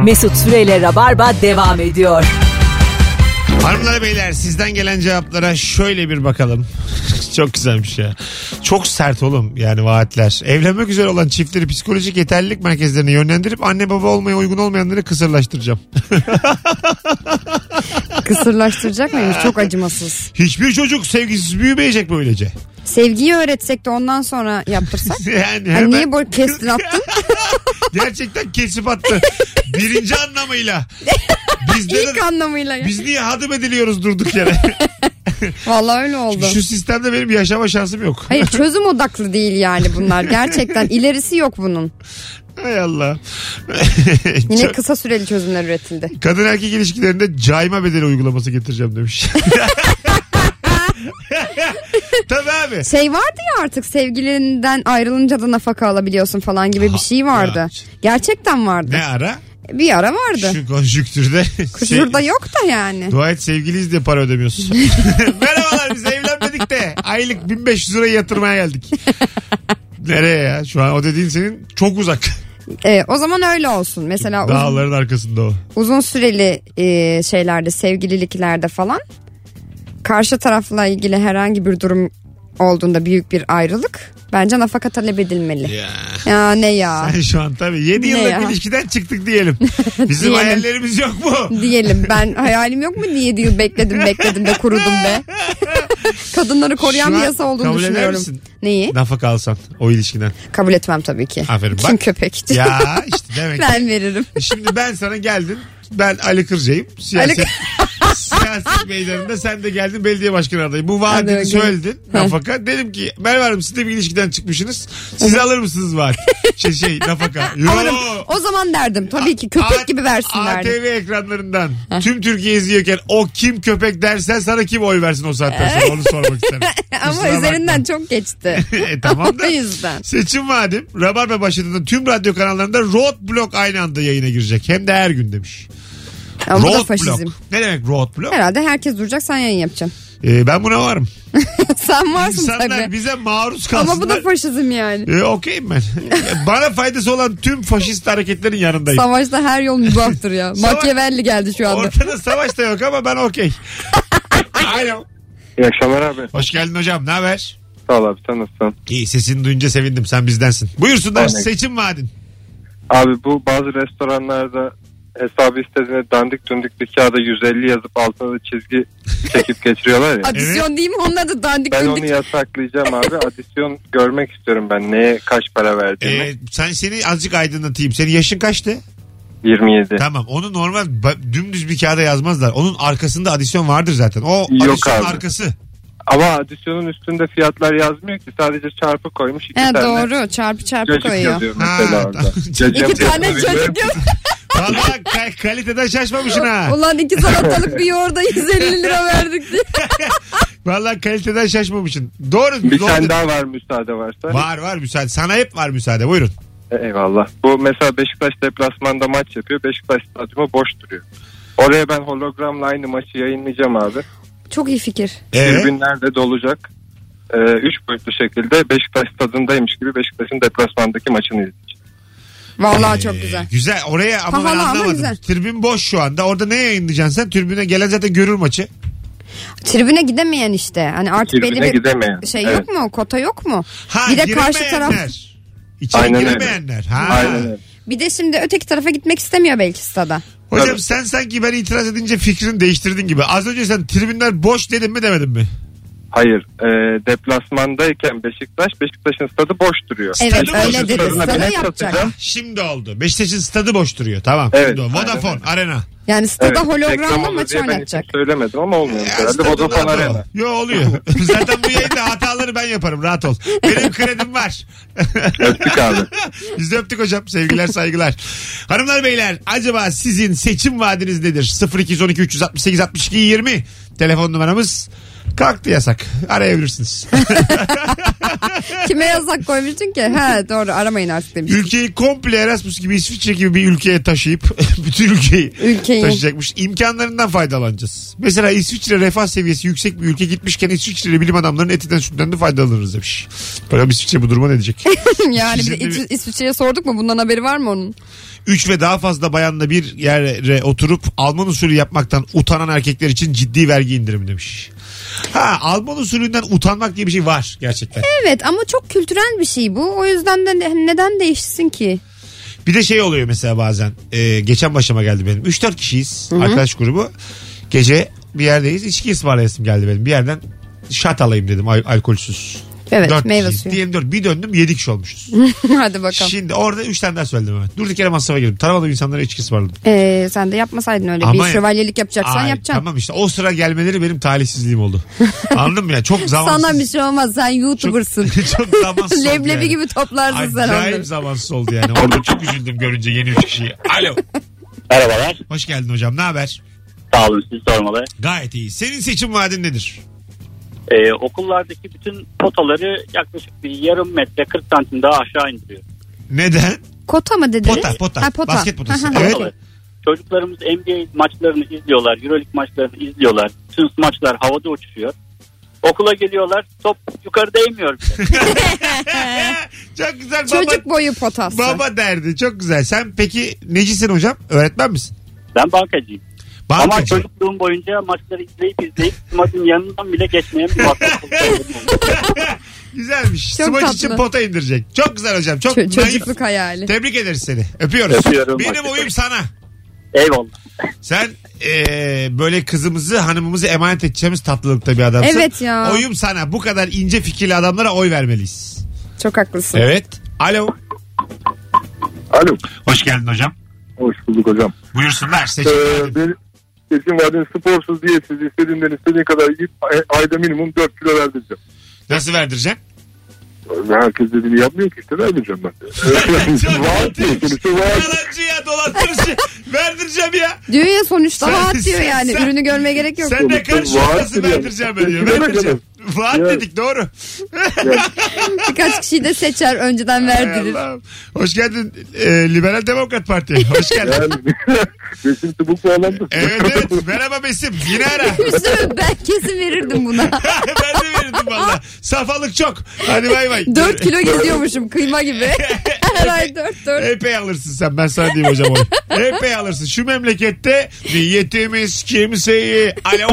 Mesut Süreyle Rabarba devam ediyor. Hanımlar beyler, sizden gelen cevaplara şöyle bir bakalım. Çok güzelmiş ya. Çok sert oğlum yani vaatler. Evlenmek üzere olan çiftleri psikolojik yeterlilik merkezlerine yönlendirip anne baba olmaya uygun olmayanları kısırlaştıracağım. Kısırlaştıracak mıymış? Çok acımasız. Hiçbir çocuk sevgisiz büyümeyecek böylece. Sevgiyi öğretsek de ondan sonra yaptırsak. Yani hemen... Niye böyle kestin attın? Gerçekten kesip attı. Birinci anlamıyla. İlk anlamıyla. Ya. Biz niye hadım ediliyoruz durduk yere? Vallahi öyle oldu. Şu sistemde benim yaşama şansım yok. Hayır, çözüm odaklı değil yani bunlar. Gerçekten ilerisi yok bunun. Hay Allah. Yine kısa süreli çözümler üretildi. Kadın erkek ilişkilerinde cayma bedeli uygulaması getireceğim demiş. Tabii abi. Şey vardı ya, artık sevgilinden ayrılınca da nafaka alabiliyorsun falan gibi bir şey vardı. Ya. Gerçekten vardı. Ne ara? Bir ara vardı. Şu konjüktürde. Şurada yok da yani. Dua et sevgiliyiz diye para ödemiyorsun. Merhabalar, biz evlenmedik de aylık 1500 lirayı yatırmaya geldik. Nereye ya? Şu an o dediğin senin çok uzak. O zaman öyle olsun. Mesela dağların arkasında o. Uzun süreli şeylerde, sevgililiklerde falan karşı tarafla ilgili herhangi bir durum olduğunda, büyük bir ayrılık, bence nafaka talep edilmeli. Ya ne ya? Sen şu an tabii 7 yıllık ilişkiden çıktık diyelim. Bizim hayallerimiz yok mu? Diyelim. Ben hayalim yok mu? 7 yıl bekledim de kurudum be. Kadınları koruyan bir yasa olduğunu kabul düşünüyorum. Eder misin? Neyi? Nafaka alsan o ilişkiden. Kabul etmem tabii ki. Aferin bak. Kim köpek? Ya işte demek. Ben veririm. Şimdi ben sana geldim. Ben Ali Kırca'yım. Siyaset meydanında sen de geldin belediye başkanı adayı. Bu vaadini söyledin. Nafaka. Dedim ki Merve Hanım, siz de bir ilişkiden çıkmışsınız. Siz alır mısınız vaat? Nafaka. Alırım. O zaman derdim. Tabii ki köpek gibi versin derdim. ATV ekranlarından tüm Türkiye izliyorken o kim köpek dersen sana kim oy versin o saatten sonra, onu sormak isterim. Ama üzerinden çok geçti. Tamam da. O yüzden. Seçim vaadim Rabarba başladığında tüm radyo kanallarında roadblock aynı anda yayına girecek. Hem de her gün demiş. Ama bu da faşizm. Ne demek roadblock? Herhalde herkes duracak, sen yayın yapacaksın. Ben buna varım. Sen varsın İnsanlar tabii. bize maruz kalsınlar. Ama bu da faşizm yani. Okeyim ben. Bana faydası olan tüm faşist hareketlerin yanındayım. Savaşta her yol mübahtır ya. Machiavelli geldi şu anda. Ortada savaş da yok ama ben okey. Alo. İyi akşamlar abi. Hoş geldin hocam. Ne haber? Sağ ol abi, sen nasılsın? İyi, sesini duyunca sevindim. Sen bizdensin. Buyursunlar, seçim vaadin. Abi bu bazı restoranlarda hesabı istediğinde dandik dundik bir kağıda 150 yazıp altına da çizgi çekip geçiriyorlar ya. Adisyon değil mi? Onun adı dandik ben dundik. onu yasaklayacağım abi. Adisyon görmek istiyorum ben. Neye kaç para verdiğimi. Seni azıcık aydınlatayım. Senin yaşın kaçtı? 27. Tamam, onu normal dümdüz bir kağıda yazmazlar. Onun arkasında adisyon vardır zaten. O yok adisyonun abi. Arkası. Ama adisyonun üstünde fiyatlar yazmıyor ki. Sadece çarpı koymuş. İki tane doğru, çarpı koyuyor. Yazıyor mesela orada. İki tane çocuk diyor. Valla kaliteden şaşmamışsın ha. Ulan 2 salatalık bir yoğurda 150 lira verdik diye. Valla kaliteden şaşmamışsın. Doğru. Bir tane daha var müsaade varsa. Var müsaade. Sana hep var müsaade. Buyurun. Eyvallah. Bu mesela Beşiktaş deplasmanda maç yapıyor. Beşiktaş stadyumu boş duruyor. Oraya ben hologramla aynı maçı yayınlayacağım abi. Çok iyi fikir. Tribünler de dolacak. 3 boyutlu şekilde Beşiktaş stadındaymış gibi Beşiktaş'ın deplasmandaki maçını izleyeceğim. Vallahi çok güzel. Güzel. Oraya ama pahalı ben anlamadım. güzel. Tribün boş şu anda. Orada ne yayınlayacaksın sen? Tribüne gelen zaten görür maçı. Tribüne gidemeyen işte. Hani artık tribüne belli bir gidemeyen. Şey yok mu? Kota yok mu? Ha, bir de karşı taraf. İçeri Aynen giremeyenler. Ha. Aynen öyle. Bir de şimdi öteki tarafa gitmek istemiyor belki stada. Hocam Tabii. sen sanki ben itiraz edince fikrini değiştirdin gibi. Az önce sen tribünler boş dedin mi demedin mi? Hayır. Deplasmandayken Beşiktaş'ın stadı boş duruyor. Evet Stadı öyle boş dedi. duruyor. Stadı Bilet yapacak. satacağım. Şimdi oldu. Beşiktaş'ın stadı boş duruyor. Tamam. Evet, Şimdi oldu. Vodafone, aynen. Arena. Yani stada reklam hologramla olur maçı diye ben oynatacak. hiç söylemedim ama olmuyor. Herhalde Stadın Vodafone adı o. Arena. Yo, oluyor. Zaten bu yayında hataları ben yaparım. Rahat ol. Benim kredim var. Öptük abi. Biz de öptük hocam. Sevgiler, saygılar. Hanımlar beyler, acaba sizin seçim vaadiniz nedir? 0212 368 62 20 telefon numaramız. Kalktı yasak. Arayabilirsiniz. Kime yasak koymuştun ki? He doğru, aramayın artık demiş. Ülkeyi komple Erasmus gibi, İsviçre gibi bir ülkeye taşıyıp bütün ülkeyi taşıyacakmış. İmkanlarından faydalanacağız. Mesela İsviçre refah seviyesi yüksek bir ülke, gitmişken İsviçreli bilim adamlarının etinden sütten de faydalanırız demiş. Bakalım İsviçre bu duruma ne diyecek? Yani bir de İsviçre'ye sorduk mu? Bundan haberi var mı onun? 3 ve daha fazla bayanla bir yere oturup Alman usulü yapmaktan utanan erkekler için ciddi vergi indirimi demiş. Ha, Alman usulünden utanmak diye bir şey var gerçekten. Evet ama çok kültürel bir şey bu. O yüzden de neden değişsin ki? Bir de şey oluyor mesela bazen. Geçen başıma geldi benim. 3-4 kişiyiz. Hı-hı. Arkadaş grubu. Gece bir yerdeyiz. İçki ısmarlayasım geldi benim. Bir yerden şat alayım dedim alkolsüz. Evet, 4 meyve kişiyiz. suyu. Diyelim 4. Bir döndüm 7 kişi olmuşuz. Hadi bakalım. Şimdi orada 3 tane daha söyledim hemen. Durduk yere masrafa girdim. Tanımadığım insanlara içki ısmarladım. Sen de yapmasaydın öyle. Ama bir şövalyelik yapacaksan yapacaksın. Tamam işte o sıra gelmeleri benim talihsizliğim oldu. Anladın mı ya? Çok zamansız. Sana bir şey olmaz. Sen YouTuber'sın. Çok zamansız oldu Leblebi yani. gibi toplarsın sen onları. Acayip zamansız oldu yani. Orada çok üzüldüm görünce yeni 3 kişiyi. Alo. Merhabalar. Hoş geldin hocam. Ne haber? Sağ olun, siz sormalı. Gayet iyi. Senin seçim vaadin nedir? Okullardaki bütün potaları yaklaşık bir yarım metre 40 santim daha aşağı indiriyor. Neden? Kota mı dediniz? Pota. Ha, pota. Basket potası. Aha. Evet. Potaları. Çocuklarımız NBA maçlarını izliyorlar, EuroLeague maçlarını izliyorlar. Bütün maçlar havada uçuşuyor. Okula geliyorlar, top yukarı değmiyor bile. Çok güzel. Çocuk boyu potası. Baba derdi. Çok güzel. Sen peki necisin hocam? Öğretmen misin? Ben bankacıyım. Bankacı. Ama çocukluğum boyunca maçları izleyip maçın yanından bile geçmeyen bir basketbol oldu. Güzelmiş. Çok Smaç tatlı. için pota indirecek. Çok güzel hocam. Çok naif. Çocukluk hayali. Tebrik ederiz seni. Öpüyoruz. Öpüyorum. Benim oyum sana. Eyvallah. Sen böyle kızımızı, hanımımızı emanet edeceğimiz tatlılıkta bir adamsın. Evet ya. Oyum sana. Bu kadar ince fikirli adamlara oy vermeliyiz. Çok haklısın. Evet. Alo. Alo. Hoş geldin hocam. Hoş bulduk hocam. Buyursunlar. Seçim vaadin. Benim seçim vaadin sporsuz diye siz istediğin kadar yiyip ayda minimum 4 kilo verdireceğim. Nasıl verdireceksin? Herkes dediğini yapmıyor ki işte verdireceğim ben. Vaat diyor sonuçta vaat. Yalancı ya, dolandırıcı. Verdireceğim ya. Diyor ya sonuçta Sen- vaat diyor yani. sen- Ürünü görmeye gerek yok. Sen de karışıyorsun, Vaat nasıl diyor. verdireceğim ben diyor. Peki, Verdireceğim. Vaat Ya. dedik, doğru. Birkaç kişiyi de seçer önceden verdirir. Hay Allah'ım. Hoş geldin Liberal Demokrat Parti. Hoş geldin. Yani resim çubuk bağlandı. Evet. Merhaba Besim. Yine ara. Üstüme ben kesin verirdim buna. Ben de verirdim valla. Safalık çok. Hadi bay bay. 4 kilo geziyormuşum kıyma gibi. Her ay 4. Epey alırsın sen, ben sana diyeyim hocam. Epey alırsın. Şu memlekette niyetimiz kimseyi. Alo.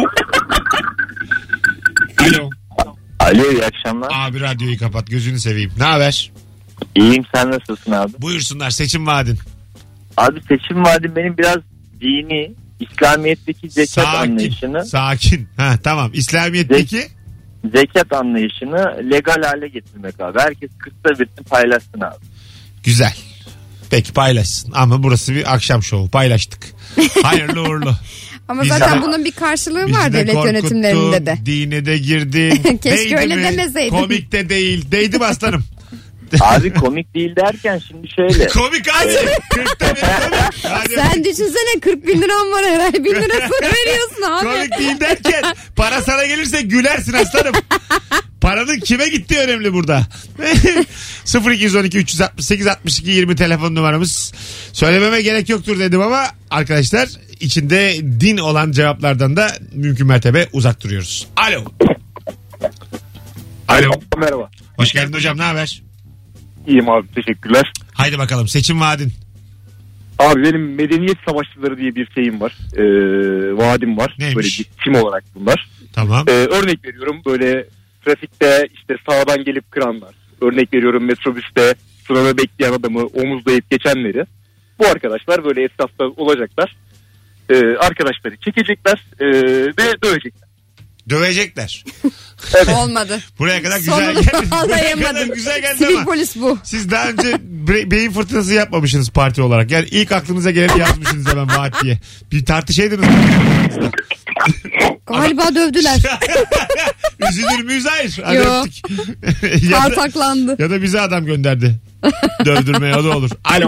Alo. Alo, iyi akşamlar. Abi radyoyu kapat, gözünü seveyim. Ne haber? İyiyim, sen nasılsın abi? Buyursunlar, seçim vaadin. Abi seçim vaadim benim biraz dini, İslamiyet'teki zekat anlayışını. Sakin. Ha, tamam. İslamiyet'teki Zekat anlayışını legal hale getirmek abi. Herkes 40'ta birini paylaşsın abi. güzel. Peki paylaşsın. Ama burası bir akşam şovu. Paylaştık. Hayırlı uğurlu. Ama Bizi zaten de- bunun bir karşılığı Bizi var de devlet korkuttun, yönetimlerinde de. Dine de girdin. Keşke Değdi öyle mi? demeseydin. Komik de değil. Değdim aslanım. Abi komik değil derken şimdi şöyle. Komik abi. 40'ta beri komik. Hadi. Sen düşünsene 40 bin liram var her ay 1000 lirasını veriyorsun abi. Komik değil derken para sana gelirse gülersin aslanım. Paranın kime gittiği önemli burada. 0212 368 62 20 telefon numaramız. Söylememe gerek yoktur dedim ama arkadaşlar içinde din olan cevaplardan da mümkün mertebe uzak duruyoruz. Alo. Alo. Merhaba. Hoş geldin hocam, ne haber? İyiyim abi, teşekkürler. Haydi bakalım, seçim vaadin. Abi benim medeniyet savaşçıları diye bir şeyim var. Vaadim var. Neymiş? Böyle bir tim olarak bunlar. Tamam. Örnek veriyorum, böyle trafikte işte sağdan gelip kıranlar. Örnek veriyorum, metrobüste sırada bekleyen adamı omuzlayıp geçenleri. Bu arkadaşlar böyle etrafta olacaklar. Arkadaşları çekecekler ve dövecekler. Dövecekler. Olmadı. Buraya kadar güzel Sonunu geldi. Buraya kadar bağlayamadım. güzel geldi Sivil ama. polis bu. Siz daha önce beyin fırtınası yapmamışsınız parti olarak. Yani ilk aklınıza geleni yazmışsınız hemen vaat diye. Bir tartışaydınız. Galiba dövdüler. Üzülür müyüz? Hayır. Hadi Yo. öptük. ya, da, Tartaklandı. ya da bize adam gönderdi. Dövdürmeye, o da olur. Alo.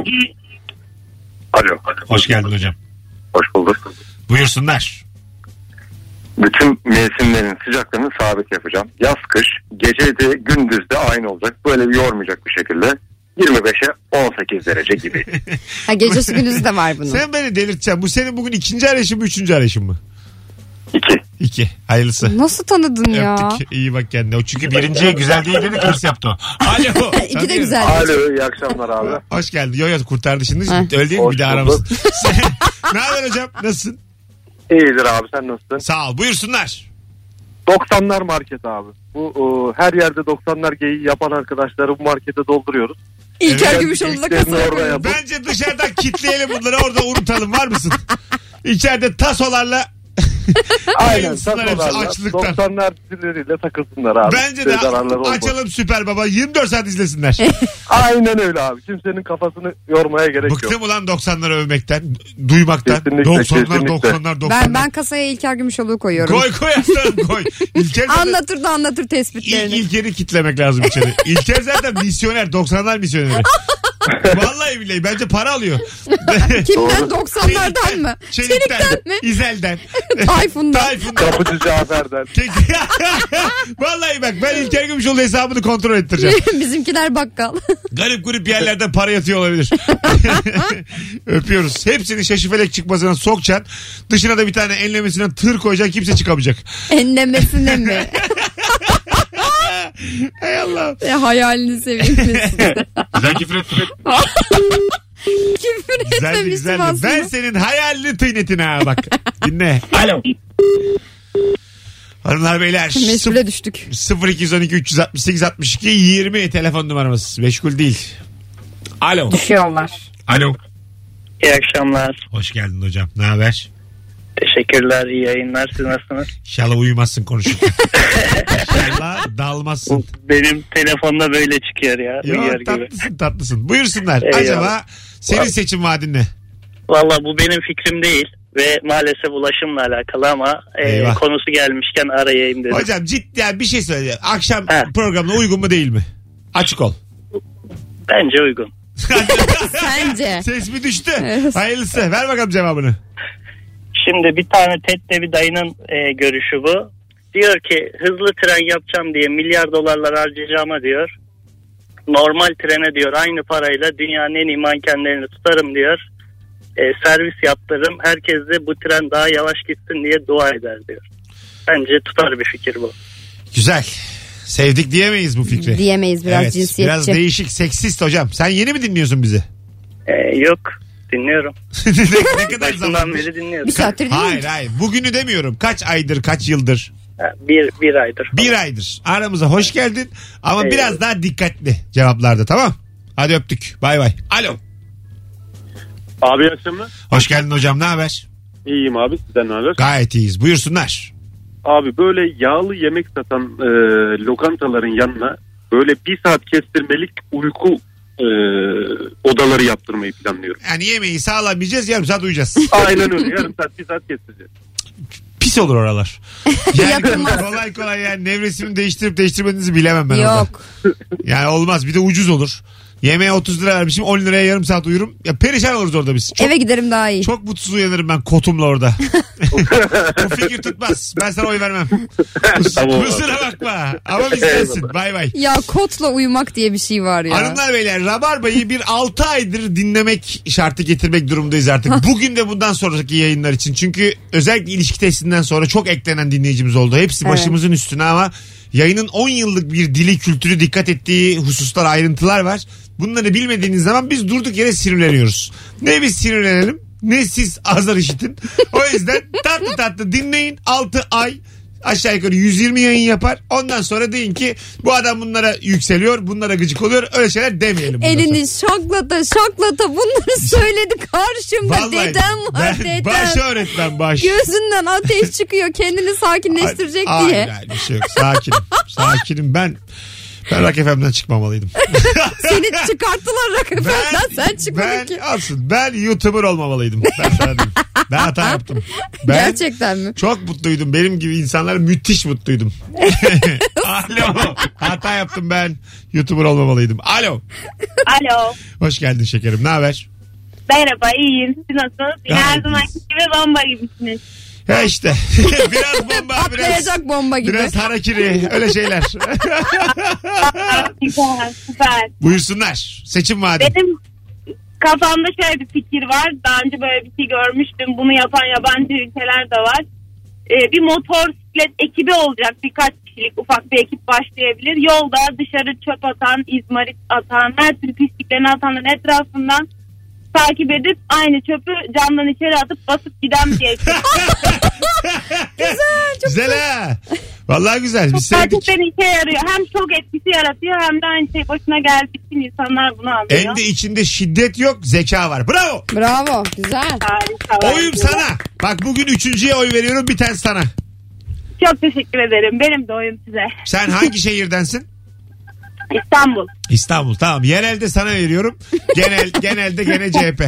Alo. Hoş geldin hocam. Hoş bulduk. Buyursunlar. Bütün mevsimlerin sıcaklığını sabit yapacağım. Yaz kış gece de gündüz de aynı olacak. Böyle bir yormayacak bir şekilde 25'e 18 derece gibi. Ha, gecesi gündüzü de var bunun. Sen beni delirteceksin. Bu senin bugün ikinci arayışın mı, üçüncü arayışın mı? 2. Hayırlısı. Nasıl tanıdın ya? Öptük. İyi bak kendine. O çünkü birinciye güzel değil dedi, hırs yaptı o. Alo. İki de güzel. Alo, iyi akşamlar abi. Hoş geldin. Yo kurtardı şimdi. Ha. Öyle değil mi? Hoş Bir de bulduk. aramasın. Ne haber hocam? Nasılsın? İyidir abi, sen nasılsın? Sağ ol. Buyursunlar. 90'lar market abi. Bu her yerde 90'lar geyiği yapan arkadaşları bu markete dolduruyoruz. İlker Evet. Gümüşoğlu'na İlklerini kasaya orada koyuyor. yap. Bence dışarıdan kitleyelim bunları, orada unutalım. Var mısın? İçeride tasolarla Aynen. bayılsınlar hepsi Tasolarla açlıktan. 90'lar dizileriyle takılsınlar abi. Bence Size de zararları olmaz. açalım Süper Baba. 24 saat izlesinler. Aynen öyle abi. Kimsenin kafasını yormaya gerek yok. Bıktım ulan 90'ları övmekten, duymaktan. Kesinlikle, 90'lar, kesinlikle. 90'lar. Ben kasaya İlker Gümüşoğlu'yu koyuyorum. Koy aslanım koy. İlker zaten Anlatır tespitlerini. İlker'i kitlemek lazım içeri. İlker zaten misyoner. 90'lar misyoneri. Vallahi billahi bence para alıyor. Kimden? 90'lardan mı? Çelik'ten Çelik'ten mi? İzel'den. Tayfun'dan. Kapıcı Cafer'den. Vallahi bak, ben İlker Gümüşoğlu hesabını kontrol ettireceğim. Bizimkiler bakkal. Garip grup yerlerden para yatıyor olabilir. Öpüyoruz. Hepsini şaşıfelek çıkmasına sokacaksın. Dışına da bir tane enlemesinden tır koyacaksın, kimse çıkamayacak. Enlemesine mi? Hay Allah. Hayalini seveyim. Güzel küfür et. Küfür Güzeldi etmemiştim güzeldi. aslında. Ben senin hayalini tıynetine ha bak. Dinle. Alo. Hanımlar beyler. Meşgule düştük. 0212 368 62 20 telefon numaramız. Meşgul değil. Alo. Düşüyorlar. Alo. İyi akşamlar. Hoş geldin hocam. Ne haber? Teşekkürler. İyi yayınlar. Siz nasılsınız? İnşallah uyumazsın konuşurken. İnşallah dalmazsın. Benim telefonda böyle çıkıyor ya. Uyuyor Yok, gibi. tatlısın. Buyursunlar. Eyvallah. Acaba senin seçim vaadin ne? Valla bu benim fikrim değil. Ve maalesef ulaşımla alakalı ama konusu gelmişken arayayım dedim. Hocam ciddi yani bir şey söyle. Akşam He. programına uygun mu değil mi? Açık ol. Bence uygun. Sence? Ses mi düştü? Evet. Hayırlısı. Ver bakalım cevabını. Şimdi bir tane TED'de bir dayının görüşü bu. Diyor ki hızlı tren yapacağım diye milyar dolarlar harcayacağıma diyor. Normal trene diyor aynı parayla dünyanın en iyi mankenlerini tutarım diyor. Servis yaptırırım. Herkes de bu tren daha yavaş gitsin diye dua eder diyor. Bence tutar bir fikir bu. Güzel. Sevdik diyemeyiz bu fikri. Diyemeyiz, biraz cinsiyetçi. Biraz değişik, seksist hocam. Sen yeni mi dinliyorsun bizi? Yok, dinliyorum. ne kadar Başından zamandır? beri dinliyorum. Bir saattir değil mi? Hayır. Bugünü demiyorum. Kaç aydır, kaç yıldır? Bir aydır. Bir aydır. Aramıza hoş geldin. Ama Eyvallah. biraz daha dikkatli cevaplarda, tamam? Hadi öptük. Bay bay. Alo. Abi iyi akşamlar. Hoş geldin hocam. Ne haber? İyiyim abi, sizden ne haber? Gayet iyiyiz. Buyursunlar. Abi böyle yağlı yemek satan lokantaların yanına böyle bir saat kestirmelik uyku odaları yaptırmayı planlıyorum. Yani yemeği sağlam yiyeceğiz, yarım saat uyuyacağız. Aynen öyle, yarım saat bir saat kestireceğiz. Pis olur oralar. Yani Yapılmaz. kolay yani nevresimi değiştirip değiştirmediğinizi bilemem ben orada. Yok. Yani olmaz, bir de ucuz olur. Yemeğe 30 lira vermişim, 10 liraya yarım saat uyurum. Ya perişan oluruz orada biz. Çok, Eve giderim daha iyi. çok mutsuz uyanırım ben kotumla orada. Bu fikir tutmaz. Ben sana oy vermem. Tamam. Kusura bakma. Ama bizdensin. Bay bay. Ya kotla uyumak diye bir şey var ya. Hanımlar beyler, Rabarba'yı bir 6 aydır dinlemek şartı getirmek durumundayız artık. Bugün de bundan sonraki yayınlar için. Çünkü özellikle ilişki testinden sonra çok eklenen dinleyicimiz oldu. Hepsi Evet. başımızın üstüne ama yayının 10 yıllık bir dili, kültürü, dikkat ettiği hususlar, ayrıntılar var. Bunları bilmediğiniz zaman biz durduk yere sinirleniyoruz. Ne biz sinirlenelim, ne siz azar işitin. O yüzden tatlı tatlı dinleyin. 6 ay aşağı yukarı 120 yayın yapar. Ondan sonra deyin ki bu adam bunlara yükseliyor, bunlara gıcık oluyor. Öyle şeyler demeyelim. bundan sonra. Elini şaklata bunları söyledi karşımda. Vallahi Dedem var ben dedem. baş öğretmen baş. Gözünden ateş çıkıyor, kendini sakinleştirecek Hayır, diye. hayır, bir şey yok. Sakinim ben. Ben Rock FM'den çıkmamalıydım. Seni çıkarttılar Rock FM'den, sen çıkmadın ki. Ben YouTuber olmamalıydım. Ben sana diyeyim. Ben hata yaptım. Ben Gerçekten mi? çok mutluydum. Benim gibi insanlar müthiş mutluydum. Alo. Hata yaptım ben. YouTuber olmamalıydım. Alo. Alo. Hoş geldin şekerim. Ne haber? Merhaba, iyiyim. Siz nasılsınız? Yine Gayet her zamanki iyiyiz. gibi bomba gibisiniz. Ya işte biraz bomba, Atlayacak bomba gibi. Biraz harakiri, öyle şeyler. Güzel, süper. Buyursunlar. Seçim vaadi. Benim kafamda şöyle bir fikir var. Daha önce böyle bir şey görmüştüm. Bunu yapan yabancı ülkeler de var. Bir motosiklet ekibi olacak. Birkaç kişilik ufak bir ekip başlayabilir. Yolda dışarı çöp atan, izmarit atan, her türlü pisliklerini atanların etrafından takip edip aynı çöpü camdan içeri atıp basıp giden bir ekip. Güzel, çok güzel. Ha. Vallahi güzel. Biz sevdik. Gerçekten işe yarıyor. Hem çok etkisi yaratıyor hem de aynı şey başına geldiği için insanlar bunu anlıyor. En de içinde şiddet yok, zeka var. Bravo. Bravo. Güzel. Harika. Oyum sana. Bak bugün 3.'ye oy veriyorum, bir tane sana. Çok teşekkür ederim. Benim de oyum size. Sen hangi şehirdensin? İstanbul. İstanbul, tamam. Yerelde sana veriyorum. Genelde gene CHP.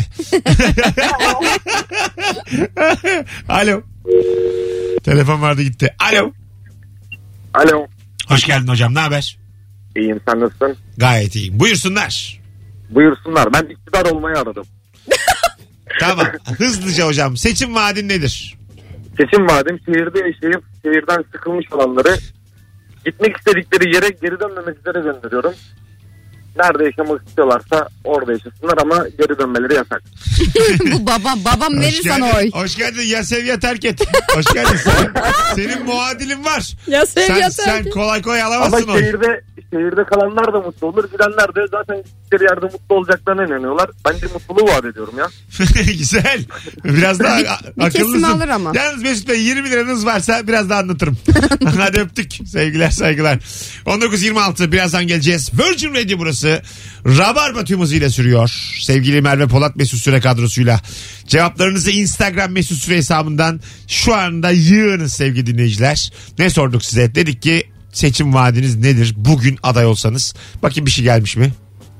Alo. Telefon vardı gitti. Alo. Alo. Hoş geldin hocam, ne haber? İyiyim, sen nasılsın? Gayet iyiyim. Buyursunlar. Buyursunlar. Ben iktidar olmayı aradım. Tamam. Hızlıca hocam. Seçim vaadin nedir? Seçim vaadim şehirde yaşayıp şehirden sıkılmış olanları gitmek istedikleri yere geri dönmemek üzere gönderiyorum. Nerede yaşamak istiyorlarsa orada yaşasınlar ama geri dönmeleri yasak. Bu babam verir sana oy. Hoş geldin. Ya sev ya terk et. Hoş geldin. Senin muadilin var. Ya sev ya terk et. Sen kolay alamazsın ama oy. şehirde kalanlar da mutlu olur. Gidenler de zaten gittikleri yerde mutlu olacaklarına inanıyorlar. Bence mutluluğu vaat ediyorum ya. Güzel. Biraz daha bir kesimi akıllısın. alır ama. Yalnız Mesut Bey 20 liranız varsa biraz daha anlatırım. Hadi öptük. Sevgiler saygılar. 19.26 birazdan geleceğiz. Virgin Radio burası. Rabarba tüm hızıyla sürüyor. Sevgili Merve Polat Mesut Süre kadrosuyla. Cevaplarınızı Instagram Mesut Süre hesabından şu anda yığınız sevgili dinleyiciler. Ne sorduk size? Dedik ki seçim vaadiniz nedir? Bugün aday olsanız. Bakayım bir şey gelmiş mi?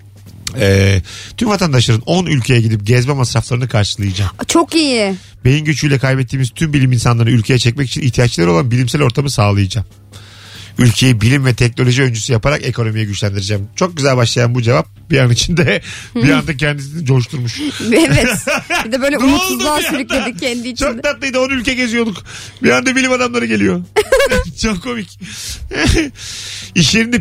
Tüm vatandaşların 10 ülkeye gidip gezme masraflarını karşılayacağım. Çok iyi. Beyin göçüyle kaybettiğimiz tüm bilim insanlarını ülkeye çekmek için ihtiyaçları olan bilimsel ortamı sağlayacağım. Ülkeyi bilim ve teknoloji öncüsü yaparak ekonomiye güçlendireceğim. Çok güzel başlayan bu cevap bir an içinde bir anda kendisini coşturmuş. Evet. Bir de böyle umutsuzluğa sürükledi kendi içinde. Çok tatlıydı, 10 ülke geziyorduk. Bir anda bilim adamları geliyor. Çok komik. İş yerine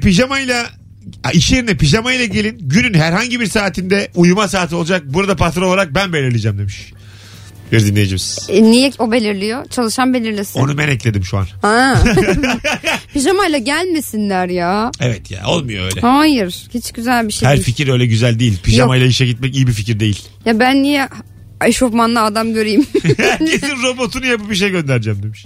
pijamayla gelin. Günün herhangi bir saatinde uyuma saati olacak. Burada patron olarak ben belirleyeceğim demiş bir dinleyicimiz. Niye o belirliyor? Çalışan belirlesin. Onu ben ekledim şu an. Ha. Pijamayla gelmesinler ya. Evet ya, olmuyor öyle. Hayır. Hiç güzel bir şey Her değil. fikir öyle güzel değil. Pijamayla işe gitmek iyi bir fikir değil. Ya ben niye eşofmanlı adam göreyim? Herkesin robotunu yapıp işe göndereceğim demiş.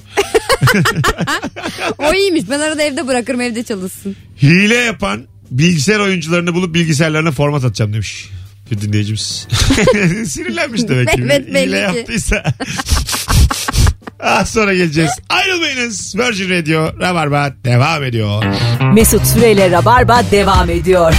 O iyiymiş. Ben arada evde bırakırım, evde çalışsın. Hile yapan bilgisayar oyuncularını bulup bilgisayarlarına format atacağım demiş bir dinleyicimiz. Sinirlenmiş demek ki. Evet, belli Hile ki. yaptıysa. Az sonra geleceğiz. Ayrılmayınız. Virgin Radio Rabarba devam ediyor. Mesut Süreyle Rabarba devam ediyor.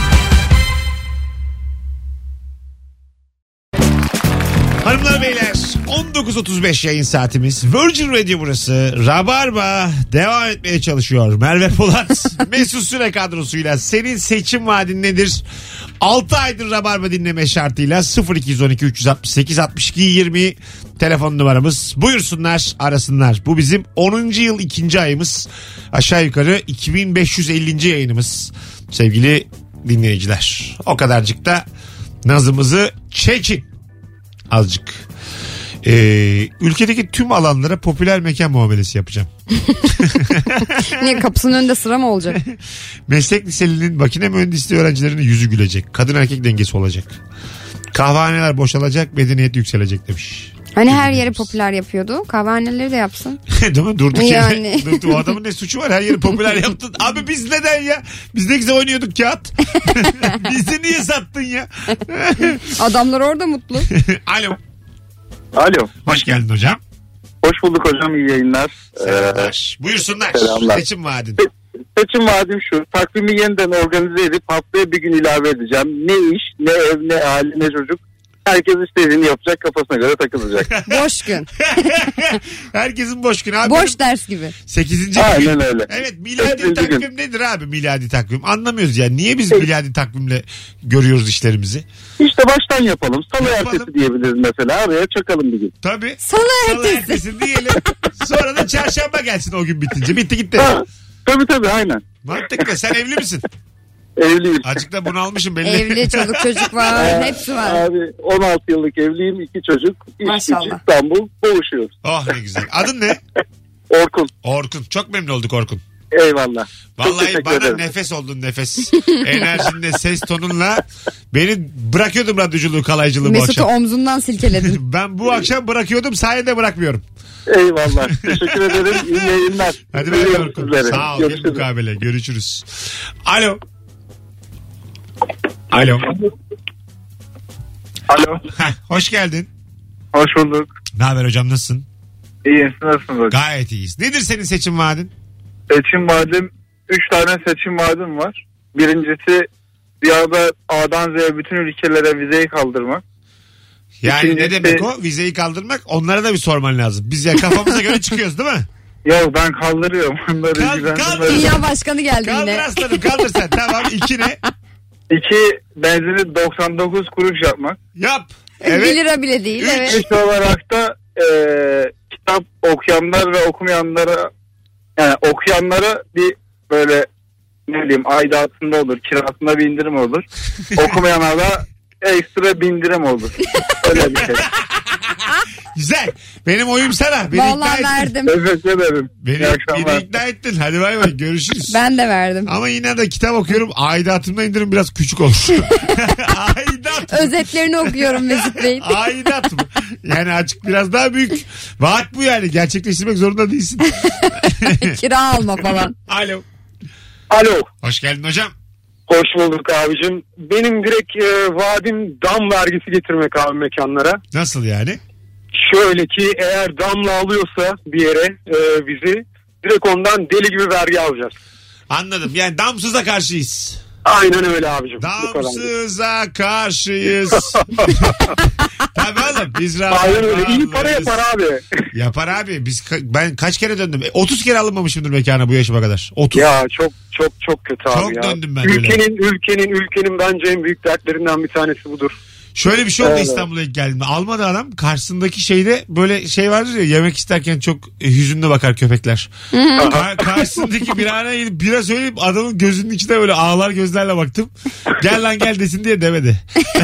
Hanımlar beyler 19.35 yayın saatimiz. Virgin Radio burası. Rabarba devam etmeye çalışıyor. Merve Polat Mesut Süre kadrosuyla senin seçim vaadin nedir? 6 aydır Rabarba dinleme şartıyla 0212 368 62 20 telefon numaramız. Buyursunlar, arasınlar. Bu bizim 10. yıl 2. ayımız. Aşağı yukarı 2550. yayınımız. Sevgili dinleyiciler. O kadarcık da nazımızı çekin. Azıcık. Ülkedeki tüm alanlara popüler mekan muamelesi yapacağım. Niye, kapısının önünde sıra mı olacak? Meslek liselerinin makine mühendisliği öğrencilerinin yüzü gülecek. Kadın erkek dengesi olacak. Kahvehaneler boşalacak, medeniyet yükselecek demiş. Hani her yeri popüler yapıyordu. Kahvehaneleri de yapsın. Değil mi? Durduk yani. yere. O adamın ne suçu var? Her yeri popüler yaptın. Abi biz neden ya? Biz ne güzel oynuyorduk kağıt. Bizi niye sattın ya? Adamlar orada mutlu. Alo. Alo. Hoş geldin hocam. Hoş bulduk hocam, iyi yayınlar. Selamlar. Buyursunlar. Selamlar. Seçim vaadin. Seçim vaadim şu: takvimi yeniden organize edip haftaya bir gün ilave edeceğim. Ne iş, ne ev, ne aile, ne çocuk. Herkes istediğini yapacak, kafasına göre takılacak. Boş gün. Herkesin boş günü abi. Boş ders gibi. 8. Aynen öyle. Evet, miladi Evet, takvim nedir abi, miladi takvim? Anlamıyoruz yani. Niye biz miladi takvimle görüyoruz işlerimizi? İşte baştan yapalım. Salı Yapalım. ertesi diyebiliriz mesela. Araya çakalım bir gün. Tabii. Salı Salı ertesi. ertesi diyelim. Sonra da çarşamba gelsin o gün bitince. Bitti gitti. Ha, tabii aynen. Mantıklı. Sen evli misin? Evliyim. Azıcık da bunu almışım belli. Evli, çoluk çocuk var. Hepsi var. Abi 16 yıllık evliyim. 2 çocuk. İş Maşallah. güç İstanbul. Boğuşuyoruz. Oh ne güzel. Adın ne? Orkun. Orkun. Çok memnun olduk Orkun. Eyvallah. Çok Vallahi teşekkür bana ederim. nefes oldun, nefes. Enerjinle, ses tonunla beni bırakıyordum radyoculuğu, kalaycılığı bu Mesut'u akşam. omzundan silkeledin. Ben bu akşam bırakıyordum, sayende bırakmıyorum. Eyvallah. Teşekkür ederim. İyi yayınlar. Hadi ben Seviyorum Orkun. sizleri. Sağ ol. Bir Görüşürüz. mukabele. Görüşürüz. Alo. Alo. Alo. Hoş geldin. Hoş bulduk. Ne haber hocam, nasılsın? İyi, nasılsınız hocam? Gayet iyiyiz. Nedir senin seçim vaadin? Seçim vaadim, 3 tane seçim vaadim var. Birincisi bir anda A'dan Z'ye bütün ülkelere vizeyi kaldırmak. Yani İkincisi- ne demek o? Vizeyi kaldırmak. Onlara da bir sorman lazım. Biz ya kafamıza göre çıkıyoruz değil mi? Yok, ben kaldırıyorum. Onları Kaldır. ilgilendirmez. Dünya başkanı geldi Kaldır yine. aslanım, kaldır sen. Tamam. 2 ne? 2, benzini 99 kuruş yapmak. Yap. 1 Evet. lira bile değil. Evet. 3 olarak da kitap okuyanlar ve okumayanlara, yani okuyanlara bir böyle ne bileyim aidatında olur, kirasında bir indirim olur. Okumayana da ekstra bir indirim olur. Öyle bir şey. Güzel. Benim oyum sana. Beni Vallahi ikna ettin. verdim. Teşekkür ederim. Beni, İyi akşamlar. beni ikna ettin. Hadi bay bay. Görüşürüz. Ben de verdim. Ama yine de kitap okuyorum. Aidatımda indirim biraz küçük olur. Aidat. Özetlerini okuyorum Mesut Bey. Aidat mı? Yani açık biraz daha büyük. Vaat bu yani. Gerçekleştirmek zorunda değilsin. Kira alma falan. Alo. Alo. Hoş geldin hocam. Hoş bulduk abicim. Benim direkt vaadim dam vergisi getirmek abi mekanlara. Nasıl yani? Şöyle ki eğer damla alıyorsa bir yere bizi direkt ondan deli gibi vergi alacağız. Anladım. Yani damsıza karşıyız. Aynen öyle abicim. Bu kadar. Damsıza karşıyız. Tabii oğlum. Biz Aynen öyle. İyi para rahatlarız. yapar abi. Yapar abi. Ben kaç kere döndüm? 30 kere alınmamışımdır mekana bu yaşıma kadar. 30. Ya çok kötü abi Çok ya. döndüm ben öyle. Ülkenin bence en büyük dertlerinden bir tanesi budur. Şöyle bir şey oldu Evet. İstanbul'a ilk geldiğimde. Almadı adam. Karşısındaki şeyde böyle şey vardır ya, yemek isterken çok hüzünlü bakar köpekler. Karşısındaki birana gidip bira söyleyip adamın gözünün içine böyle ağlar gözlerle baktım. Gel lan gel desin diye demedi.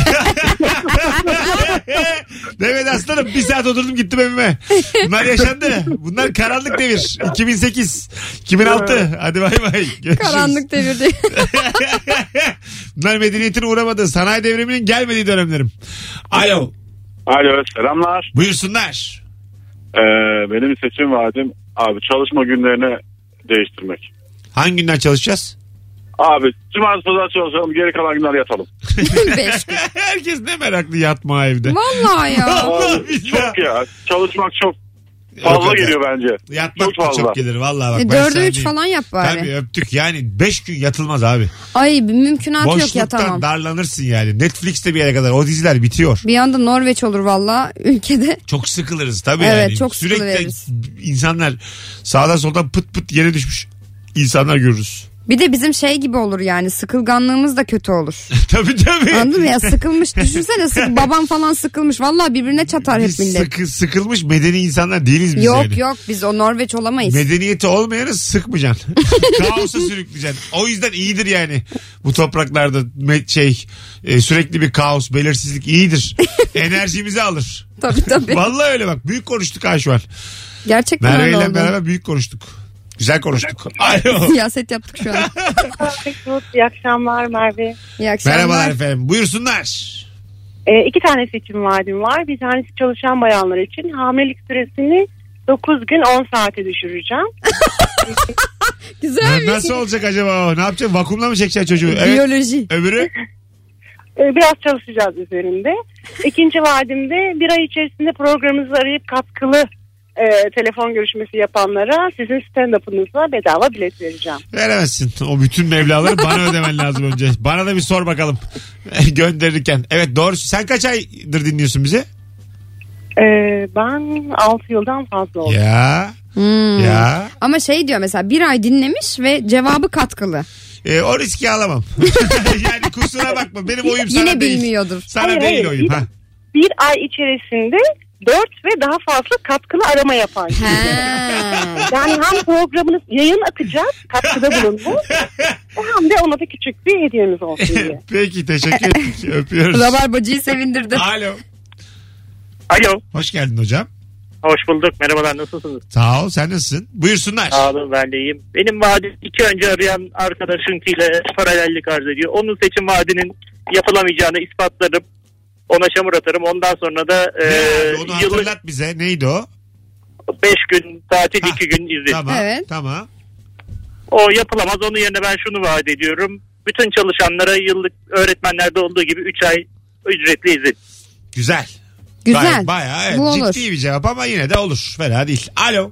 Demedi aslanım. Bir saat oturdum gittim evime. Bunlar yaşandı. Bunlar karanlık devir. 2008. 2006. Hadi bay bay. Görüşürüz. Karanlık devirdi. Bunlar medeniyetin uğramadığı, sanayi devriminin gelmediği dönemlerim. Alo. Alo, selamlar. Buyursunlar. Benim seçim vaadim abi çalışma günlerini değiştirmek. Hangi günler çalışacağız? Abi cumartesi pazar çalışalım, geri kalan günler yatalım. 5 gün. Herkes ne meraklı yatma evde. Vallahi ya. Vallahi billahi. Çok ya, çalışmak çok O fazla kadar. geliyor bence. Yatmak çok da fazla. çok gelir vallahi bak. ben 4'e sana 3 diyeyim. falan yap bari. Tabii öptük yani 5 gün yatılmaz abi. Ay mümkünatı yok Boşluktan yatamam. darlanırsın yani. Netflix'te bir yere kadar o diziler bitiyor. Bir anda Norveç olur valla ülkede. Çok sıkılırız tabii Evet, yani. çok Sürekli sıkılırız. insanlar sağdan soldan pıt pıt yere düşmüş insanlar görürüz. Bir de bizim şey gibi olur yani sıkılganlığımız da kötü olur. Tabii. Anladın mı ya, sıkılmış düşünsene babam falan sıkılmış vallahi birbirine çatar hep Biz millet. sıkılmış medeni insanlar değiliz biz Yok yani. yok biz o Norveç olamayız. Medeniyeti olmayanı sıkmayacaksın. Kaosa sürükleyeceksin. O yüzden iyidir yani. Bu topraklarda sürekli bir kaos, belirsizlik iyidir. Enerjimizi alır. Tabii. Vallahi öyle bak. Büyük konuştuk ha şu an. Gerçekten Merve öyle ile oldu. beraber büyük konuştuk. Güzel konuştuk. Alo. Siyaset yaptık şu an. İyi akşamlar Merve. İyi akşamlar. Merhabalar efendim. Buyursunlar. 2 tane seçim vaadim var. Bir tanesi çalışan bayanlar için hamilelik süresini 9 gün 10 saate düşüreceğim. Güzel bir Nasıl olacak acaba o? Ne yapacaksın? Vakumla mı çekeceksin çocuğu? Evet. biyoloji. Öbürü? Biraz çalışacağız üzerinde. İkinci vaadimde bir ay içerisinde programınızı arayıp katkılı telefon görüşmesi yapanlara sizin stand-up'ınıza bedava bilet vereceğim. Veremezsin. O bütün mevlaları bana ödemen lazım önce. Bana da bir sor bakalım. Gönderirken. Evet doğru. Sen kaç aydır dinliyorsun bizi? Ben 6 yıldan fazla oldu. Ya. Ya. Ama şey diyor mesela 1 ay dinlemiş ve cevabı katkılı. O riski alamam. Yani kusura bakma. Benim oyum sana Yine değil. bilmiyordur. Sana değil oyum. Ha. Bir ay içerisinde 4 ve daha fazla katkılı arama yapan. Yani hem programınız yayın akacak, katkıda bulundu. Hem de ona da küçük bir hediyemiz olsun diye. Peki teşekkür ederim. Öpüyoruz. Rabarbacıyı sevindirdi. Alo. Alo. Hoş geldin hocam. Hoş bulduk. Merhabalar, nasılsınız? Sağ ol, sen nasılsın? Buyursunlar. Sağ olun, ben de iyiyim. Benim vaadi 2 önce arayan arkadaşınkiyle paralellik arz ediyor. Onun seçim vaadinin yapılamayacağını ispatlarım. Ona çamur atarım. Ondan sonra da onu hatırlat bize. Neydi o? 5 gün tatil, 2 gün izin. Tamam. Evet. Tamam. O yapılamaz. Onun yerine ben şunu vaat ediyorum. Bütün çalışanlara yıllık öğretmenlerde olduğu gibi 3 ay ücretli izin. Güzel. Güzel. Bayağı evet, bu olur. ciddi bir cevap ama yine de olur. Fena değil. Alo.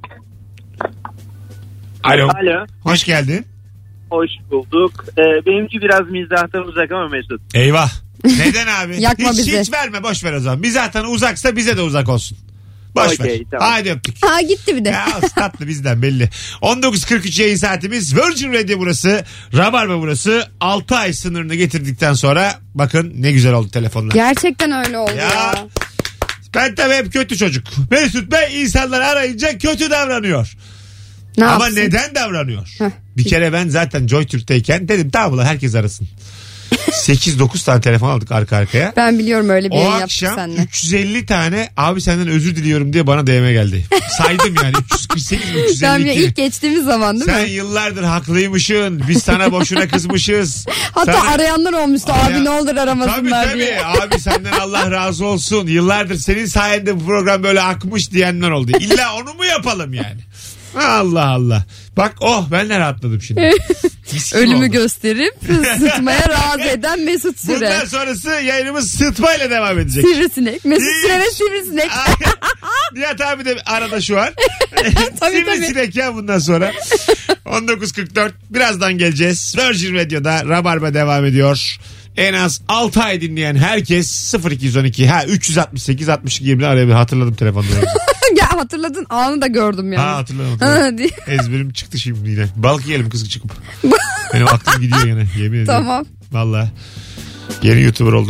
Alo. Alo. Hoş geldin. Hoş bulduk. Benimki biraz mizahtan uzak ama Mesut. Eyvah. Neden abi? Yakma bizi. Hiç verme, boş ver o zaman. Mizahtan uzaksa bize de uzak olsun. Boş ver. Tamam. Haydi öptük. Ha gitti bir de. Ya tatlı bizden belli. 19.43 yayın saatimiz. Virgin Radio burası. Rabarba burası. 6 ay sınırını getirdikten sonra bakın ne güzel oldu telefonlar. Gerçekten öyle oldu ya. Ben tabii hep kötü çocuk. Mesut Bey insanları arayınca kötü davranıyor. Ama yapsın? neden davranıyor? Bir kere ben zaten JoyTürk'teyken dedim tamam ulan herkes arasın. 8-9 tane telefon aldık arka arkaya. Ben biliyorum öyle bir o yayın yaptık akşam seninle. 350 tane abi senden özür diliyorum diye bana DM geldi. Saydım yani 348 mi 352. Tamam ya, ilk geçtiğimiz zaman değil Sen mi? yıllardır haklıymışsın. Biz sana boşuna kızmışız. Hatta sana... arayanlar olmuştu. Abi ne olur aramasınlar tabii, diye. Abi senden Allah razı olsun. Yıllardır senin sayende bu program böyle akmış diyenler oldu. İlla onu mu yapalım yani? Allah Allah. Bak ben de rahatladım şimdi. Ölümü oldu. gösterip sıtmaya razı eden Mesut Süre. Bundan sonrası yayınımız sıtmayla devam edecek. Sivrisinek. Mesut Süre ve Sivrisinek. Nihat abi de arada şu an. Sivrisinek ya bundan sonra. 19.44 birazdan geleceğiz. Virgin Radio'da Rabarba devam ediyor. En az 6 ay dinleyen herkes 0212 368 62 20'de arayabilir. Hatırladım telefonları. Ya hatırladın, anı da gördüm yani. Hatırladım. Ezberim çıktı şimdi yine. Balık yiyelim kızı çıkıp. Benim aklım gidiyor yine, yemin ederim. Tamam. Valla yeni YouTuber oldum.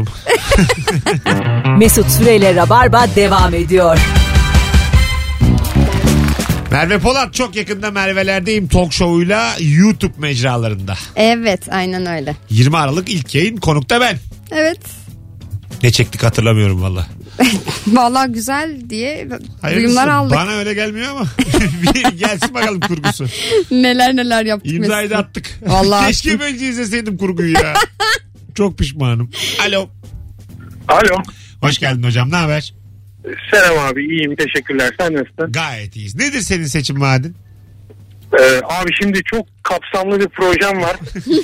Mesut Süreyle Rabarba devam ediyor. Merve Polat çok yakında Merve'lerdeyim talk show'uyla YouTube mecralarında. Evet, aynen öyle. 20 Aralık ilk yayın, konukta ben. Evet. Ne çektik hatırlamıyorum valla. Vallahi güzel diye Hayırlısı, duyumlar aldık. bana öyle gelmiyor ama. Bir gelsin bakalım kurgusu. Neler yaptık. İmzayı da attık. Vallahi Keşke attık. önce izleseydim kurguyu ya. Çok pişmanım. Alo. Alo. Hoş geldin hocam, ne haber? Selam abi, iyiyim, teşekkürler. Sen nasılsın? Gayet iyiyiz. Nedir senin seçim vaadin? Abi şimdi çok kapsamlı bir projem var.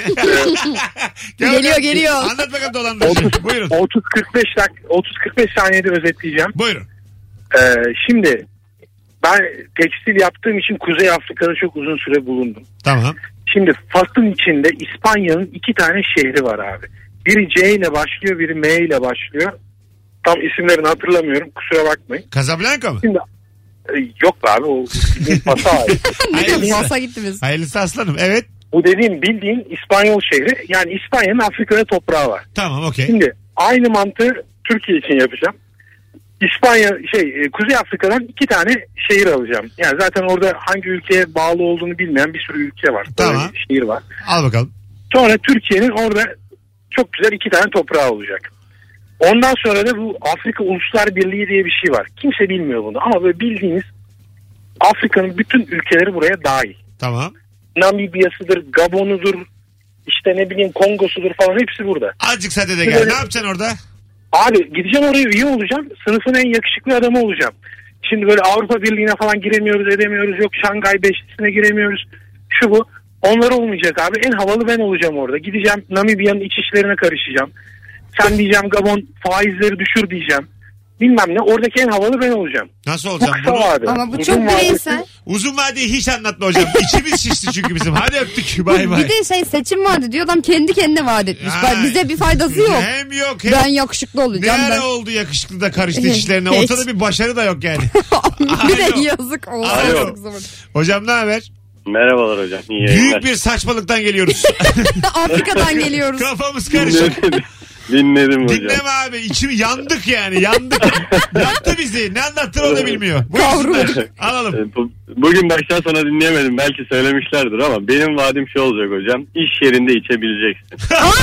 Geliyor. Anlat bakalım dolandırıcı. Buyurun. 30-45 saniyede özetleyeceğim. Buyurun. Şimdi ben tekstil yaptığım için Kuzey Afrika'da çok uzun süre bulundum. Tamam. Şimdi Fas'ın içinde İspanya'nın 2 tane şehri var abi. Biri C ile başlıyor, biri M ile başlıyor. Tam isimlerini hatırlamıyorum, kusura bakmayın. Casablanca mı? Şimdi yok abi, o Fas'a ait. Fas'a gittiniz. Hayırlısı aslanım, evet. Bu dediğim bildiğin İspanyol şehri. Yani İspanya'nın Afrika'da toprağı var. Tamam, okey. Şimdi aynı mantığı Türkiye için yapacağım. Kuzey Afrika'dan 2 tane şehir alacağım. Yani zaten orada hangi ülkeye bağlı olduğunu bilmeyen bir sürü ülke var. Tamam. Şehir var. Al bakalım. Sonra Türkiye'nin orada çok güzel 2 tane toprağı olacak. Ondan sonra da bu Afrika Uluslar Birliği diye bir şey var. Kimse bilmiyor bunu ama böyle bildiğiniz Afrika'nın bütün ülkeleri buraya dahil. Tamam. Namibya'sıdır, Gabon'udur, işte ne bileyim Kongo'sudur falan, hepsi burada. Azıcık sade de gel. Ne yapacaksın orada? Abi gideceğim oraya, üye olacağım. Sınıfın en yakışıklı adamı olacağım. Şimdi böyle Avrupa Birliği'ne falan giremiyoruz, edemiyoruz. Yok Şangay Beşlisi'ne giremiyoruz. Şu bu. Onlar olmayacak abi. En havalı ben olacağım orada. Gideceğim Namibya'nın iç işlerine karışacağım. Sen diyeceğim Gabon faizleri düşür diyeceğim. bilmem ne. Oradaki en havalı ben olacağım. Nasıl Bu olacağım? kısa vade. Ama bu Uzun çok vadesi- bireysel. Uzun vadeyi hiç anlatma hocam. İçimiz şişti çünkü bizim. Hadi öptük. Bay bay. Bir de seçim vardı diyor adam kendi kendine vaat etmiş. Ha. Bize bir faydası yok. Hem yok hem... Ben yakışıklı Ne olacağım. ara Ben. oldu yakışıklı da karıştı işlerine. Hiç. Ortada bir başarı da yok yani. Bir de Alo. yazık olsun. Alo. Hocam ne haber? Merhabalar hocam. İyi Büyük yayınlar. bir saçmalıktan geliyoruz. Afrika'dan geliyoruz. Kafamız karışık. Dinledim hocam. Dinleme abi. İçimi yandık yani. Yandık. Yaktı bizi. Ne anlattın o da bilmiyor. Buyursunlar. Alalım. Bugün baştan sona dinleyemedim. Belki söylemişlerdir ama benim vaadim şu olacak hocam. İş yerinde içebileceksin.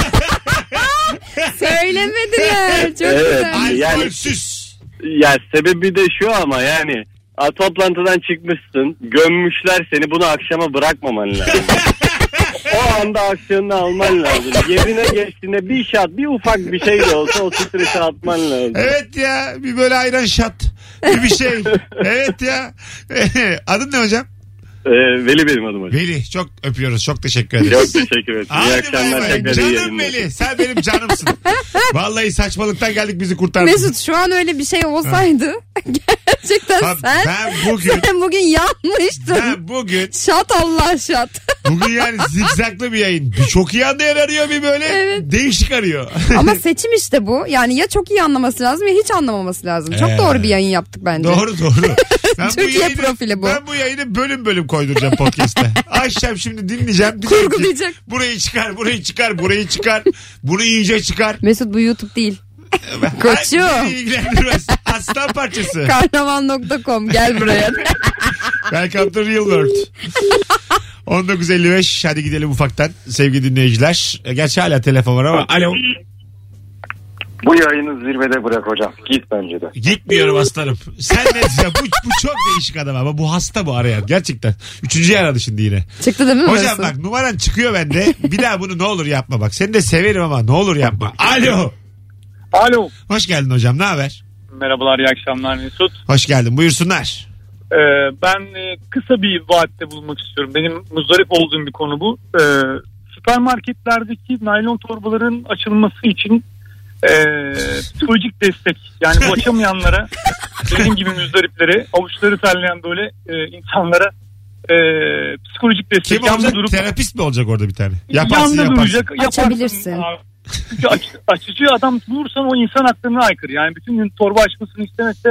Söylemediler. Çok Evet, güzel. yani- Alkolsüz. Ya sebebi de şu ama yani toplantıdan çıkmışsın, gömmüşler seni, bunu akşama bırakmaman lazım. O anda aksiyonunu alman lazım. Yerine geçtiğinde bir şat, bir ufak bir şey de olsa o stresi atman lazım. Evet ya. Bir böyle ayran şat. Bir şey. Evet ya. Adın ne hocam? Veli benim adım hocam. Veli. Çok öpüyoruz. Çok teşekkür ederiz. Çok teşekkür ederim. İyi Hadi akşamlar. bay bay. Tekrar iyi Canım yayınlar. Veli. Sen benim canımsın. Vallahi saçmalıktan geldik bizi kurtardın. Mesut şu an öyle bir şey olsaydı gerçekten Ha, sen ben bugün yanmıştın. Ben bugün Şat Allah şat. bugün yani zikzaklı bir yayın. Bir çok iyi anlayan arıyor, bir böyle değişik arıyor. Ama seçim işte bu. Yani ya çok iyi anlaması lazım ya hiç anlamaması lazım. Çok doğru bir yayın yaptık bence. Doğru. Ben Türkiye profili bu. Ben bu yayını bölüm bölüm koyduracağım podcast'te. Açacağım şimdi, dinleyeceğim. Kurgulayacak. Burayı çıkar, burayı çıkar, burayı çıkar. Bunu iyice çıkar. Mesut bu YouTube değil. Koçum. Beni ilgilendirmez. Aslan parçası. Karnaval.com gel buraya. Welcome to real world. 19.55 hadi gidelim ufaktan sevgili dinleyiciler. Gerçi hala telefon var ama. Alo. Bu yayını zirvede bırak hocam. Git bence de. Gitmiyorum aslanım. Sen ne diyeceksin? Bu çok değişik adam ama bu hasta, bu arayan. Gerçekten. Üçüncüyü aradı şimdi yine. Çıktı değil mi? Hocam Mesut? bak numaran çıkıyor bende. Bir daha bunu ne olur yapma bak. Seni de severim ama ne olur yapma. Alo. Alo. Hoş geldin hocam, ne haber? Merhabalar, iyi akşamlar Mesut. Hoş geldin, buyursunlar. Ben kısa bir vaatte bulunmak istiyorum. Benim muzdarip olduğum bir konu bu. Süpermarketlerdeki naylon torbaların açılması için psikolojik destek. Yani bu açamayanlara, benim gibi müzdariplere, avuçları terleyen böyle insanlara psikolojik destek. Kim olacak? Terapist mi olacak orada bir tane? Yaparsın. Duracak, açabilirsin. Çünkü açıcı adam bulursan o insan haklarına aykırı. Yani bütün gün torba açmasını istemese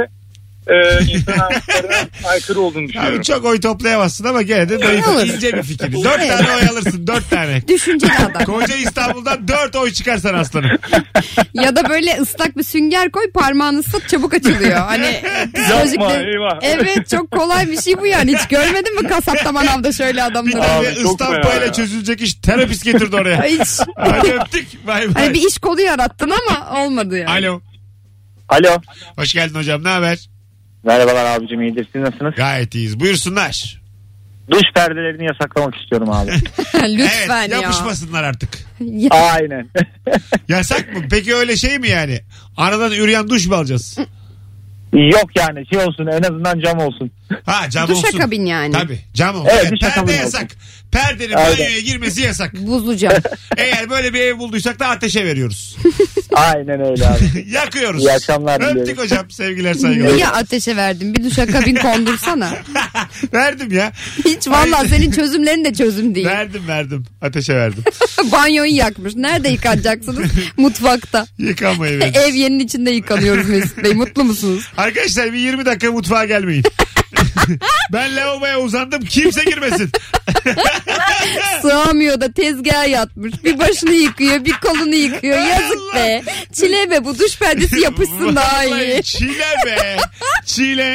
insan haklarına aykırı olduğunu düşünüyorum. Abi çok oy toplayamazsın ama gene de ince bir fikir. 4 tane oy alırsın, 4 tane. Düşünceli adam. Koca İstanbul'dan 4 oy çıkarsan aslanım. Ya da böyle ıslak bir sünger koy, parmağını ıslat, çabuk açılıyor. Hani psikolojik Yapma, de- eyvah. Evet, çok kolay bir şey bu yani. Hiç görmedin mi kasapta manavda şöyle Bir adamları? tane İstanbul'la çözülecek iş, terapist getirdi oraya. Hiç. Hadi öptük. Bay bay. Hani bir iş kolu yarattın ama olmadı yani. Alo. Alo. Hoş geldin hocam, ne haber? Merhabalar abicim, iyidir, siz nasılsınız? Gayet iyiyiz. Buyursunlar. Duş perdelerini yasaklamak istiyorum abi. Lütfen evet, ya. yapışmasınlar artık. Aynen. Yasak mı? Peki öyle şey mi yani? Aradan üreyen duş mu alacağız? Yok yani şey olsun, en azından cam olsun. Ha, cam olsun. Duşakabin yani. Tabii cam olsun. Evet, Evet, duşakabin perde olsun. yasak. Perdenin Aynen. banyoya girmesi yasak. Buzlu cam. Eğer böyle bir ev bulduysak da ateşe veriyoruz. Aynen öyle abi. Yakıyoruz. İyi akşamlar Öptük diliyorum. hocam, sevgiler saygılar. Niye ateşe verdin? Bir duşakabin kondursana. Verdim ya. Hiç vallahi senin çözümlerin de çözüm değil. Verdim. Ateşe verdim. Banyoyu yakmış. Nerede yıkanacaksınız? Mutfakta. Yıkanmayı verdim. Ev yenin içinde yıkanıyoruz Mesut Bey. Mutlu musunuz? Arkadaşlar bir 20 dakika mutfağa gelmeyin. Ben lavaboya uzandım, kimse girmesin. Sığamıyor da tezgaha yatmış. Bir başını yıkıyor, bir kolunu yıkıyor. Yazık be. Çile be, bu duş perdesi yapışsın daha iyi. Vallahi çile be. Çile.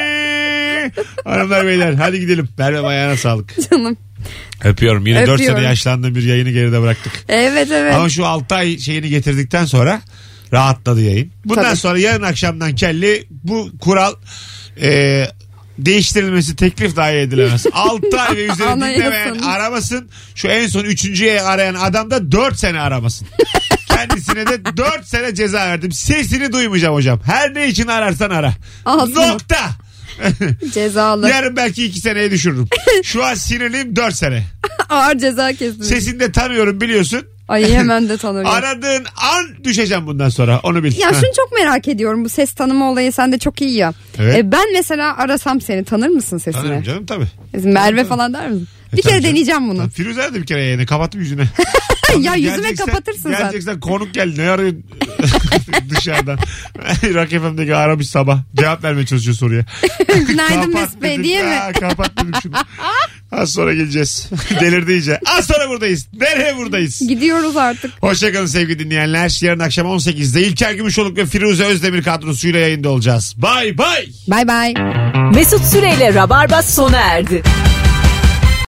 Hanımlar beyler hadi gidelim. Merve ayağına sağlık. Canım. Öpüyorum. Yine 4 Öpüyorum. sene yaşlandığım bir yayını geride bıraktık. Evet. Ama şu 6 ay şeyini getirdikten sonra rahatladı yayın. Bundan Tabii. sonra yarın akşamdan kelli bu kural değiştirilmesi, teklif dahi edilemez. 6 ay ve üzeri dinlemeyen Anayasanın. aramasın. Şu en son 3.'ye arayan adam da 4 sene aramasın. Kendisine de 4 sene ceza verdim. Sesini duymayacağım hocam. Her ne için ararsan ara. Ağzını. Nokta. Cezalı. Yarın belki 2 seneye düşürürüm. Şu an sinirliyim, 4 sene. Ağır ceza kesin. Sesini de tanıyorum biliyorsun. Ay hemen de tanırım. Aradığın an düşeceğim bundan sonra, onu bil. Ya şunu çok merak ediyorum, bu ses tanıma olayı sende çok iyi ya. Evet. Ben mesela arasam seni tanır mısın sesini? Tanırım canım tabii. Merve falan der misin? Bir kere deneyeceğim bunu. Firuze de bir kere yayını kapattım yüzüne. Ya yüzüme kapatırsın sen. Geleceksen konuk geldi, ne arıyorsun dışarıdan. Rock FM'deki aramış sabah. Cevap vermeye çalışıyor soruya. Günaydın Mesut Bey diye mi? Kapat dedim şunu. Az sonra geleceğiz. Delirdi iyice. Az sonra buradayız. Nereye buradayız? Gidiyoruz artık. Hoşçakalın sevgili dinleyenler. Yarın akşam 18'de İlker Gümüşoluk ve Firuze Özdemir kadrosuyla yayında olacağız. Bay bay. Bay bay. Mesut Süreyle Rabarba sona erdi.